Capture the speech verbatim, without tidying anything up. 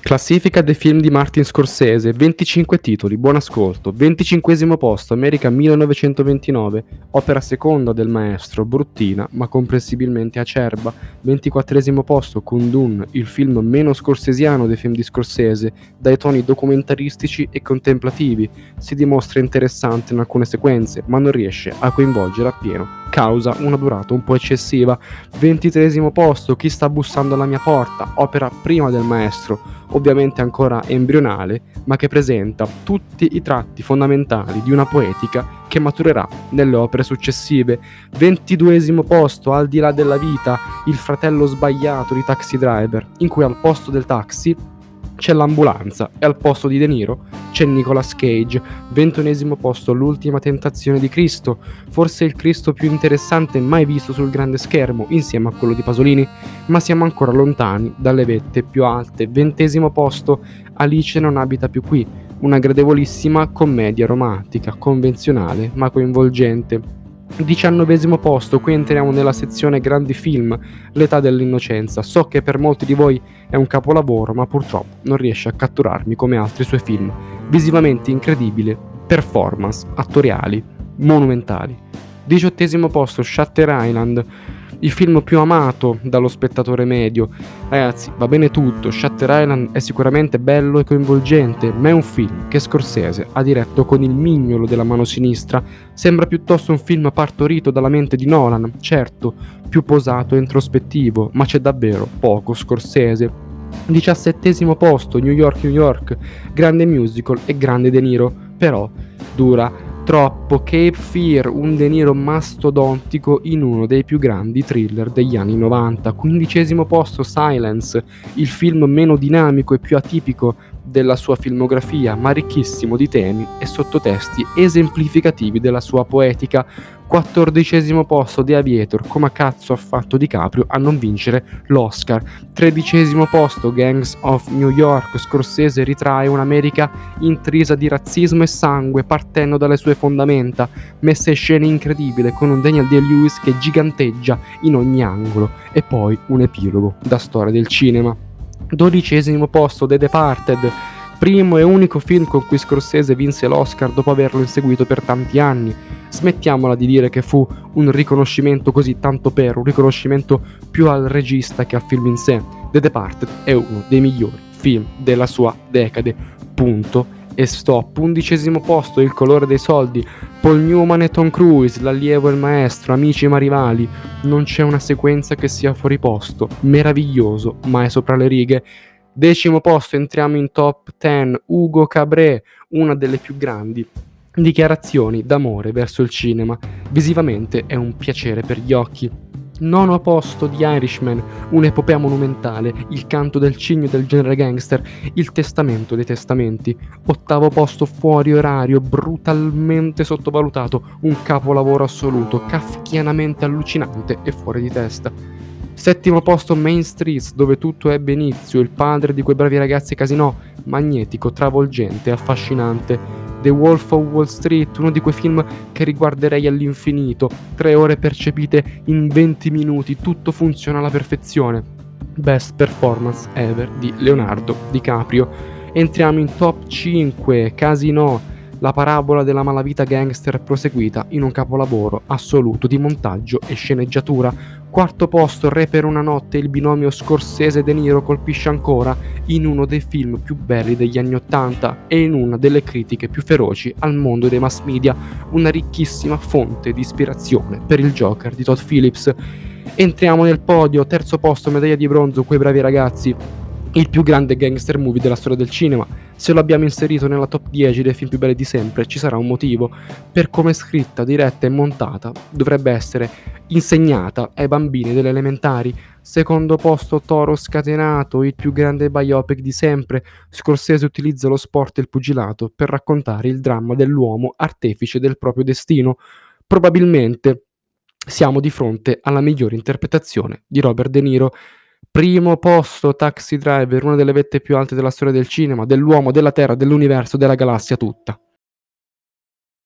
Classifica dei film di Martin Scorsese, venticinque titoli, buon ascolto. venticinquesimo posto, America millenovecentoventinove, opera seconda del maestro, bruttina ma comprensibilmente acerba. ventiquattresimo posto, Kundun, il film meno scorsesiano dei film di Scorsese, dai toni documentaristici e contemplativi. Si dimostra interessante in alcune sequenze, ma non riesce a coinvolgere appieno, causa una durata un po' eccessiva. ventitreesimo posto, Chi sta bussando alla mia porta, opera prima del maestro, ovviamente ancora embrionale, ma che presenta tutti i tratti fondamentali di una poetica che maturerà nelle opere successive. ventiduesimo posto, Al di là della vita, il fratello sbagliato di Taxi Driver, in cui al posto del taxi c'è l'ambulanza e al posto di De Niro c'è Nicolas Cage. ventunesimo posto, L'ultima tentazione di Cristo, forse il Cristo più interessante mai visto sul grande schermo insieme a quello di Pasolini, ma siamo ancora lontani dalle vette più alte. ventesimo posto, Alice non abita più qui, una gradevolissima commedia romantica, convenzionale ma coinvolgente. diciannovesimo posto, qui entriamo nella sezione grandi film, L'età dell'innocenza. So che per molti di voi è un capolavoro, ma purtroppo non riesce a catturarmi come altri suoi film. Visivamente incredibile, performance attoriali monumentali. diciottesimo posto, Shutter Island, il film più amato dallo spettatore medio. Ragazzi, va bene tutto, Shutter Island è sicuramente bello e coinvolgente, ma è un film che Scorsese ha diretto con il mignolo della mano sinistra. Sembra piuttosto un film partorito dalla mente di Nolan, certo, più posato e introspettivo, ma c'è davvero poco Scorsese. diciassettesimo posto, New York, New York, grande musical e grande De Niro, però dura troppo. Cape Fear, un De Niro mastodontico in uno dei più grandi thriller degli anni novanta. Quindicesimo posto, Silence, il film meno dinamico e più atipico della sua filmografia, ma ricchissimo di temi e sottotesti esemplificativi della sua poetica. Quattordicesimo posto, The Aviator, come cazzo ha fatto DiCaprio a non vincere l'Oscar. Tredicesimo posto, Gangs of New York, Scorsese ritrae un'America intrisa di razzismo e sangue partendo dalle sue fondamenta, messa in scena incredibile con un Daniel Day-Lewis che giganteggia in ogni angolo, e poi un epilogo da storia del cinema. Dodicesimo posto, The Departed, primo e unico film con cui Scorsese vinse l'Oscar dopo averlo inseguito per tanti anni. Smettiamola di dire che fu un riconoscimento così tanto per, un riconoscimento più al regista che al film in sé. The Departed è uno dei migliori film della sua decade, punto e stop. Undicesimo posto, Il colore dei soldi, Paul Newman e Tom Cruise, l'allievo e il maestro, amici ma rivali. Non c'è una sequenza che sia fuori posto, meraviglioso, ma è sopra le righe. Decimo posto, entriamo in top dieci, Hugo Cabret, una delle più grandi dichiarazioni d'amore verso il cinema. Visivamente è un piacere per gli occhi. Nono posto, The Irishman, un'epopea monumentale, il canto del cigno del genere gangster, il testamento dei testamenti. Ottavo posto, Fuori orario, brutalmente sottovalutato, un capolavoro assoluto, kafkianamente allucinante e fuori di testa. Settimo posto, Main Streets, dove tutto ebbe inizio, il padre di quei bravi ragazzi casinò, magnetico, travolgente, affascinante. The Wolf of Wall Street, uno di quei film che riguarderei all'infinito, tre ore percepite in venti minuti, tutto funziona alla perfezione. Best performance ever di Leonardo DiCaprio. Entriamo in top cinque, Casino, la parabola della malavita gangster proseguita in un capolavoro assoluto di montaggio e sceneggiatura. Quarto posto, Re per una notte, il binomio Scorsese-De Niro colpisce ancora in uno dei film più belli degli anni ottanta e in una delle critiche più feroci al mondo dei mass media, una ricchissima fonte di ispirazione per il Joker di Todd Phillips. Entriamo nel podio, terzo posto, medaglia di bronzo, Quei bravi ragazzi, il più grande gangster movie della storia del cinema. Se lo abbiamo inserito nella top dieci dei film più belli di sempre, ci sarà un motivo. Per come è scritta, diretta e montata, dovrebbe essere insegnata ai bambini delle elementari. Secondo posto, Toro scatenato, il più grande biopic di sempre. Scorsese utilizza lo sport e il pugilato per raccontare il dramma dell'uomo artefice del proprio destino. Probabilmente siamo di fronte alla migliore interpretazione di Robert De Niro. Primo posto, Taxi Driver, una delle vette più alte della storia del cinema, dell'uomo, della terra, dell'universo, della galassia tutta.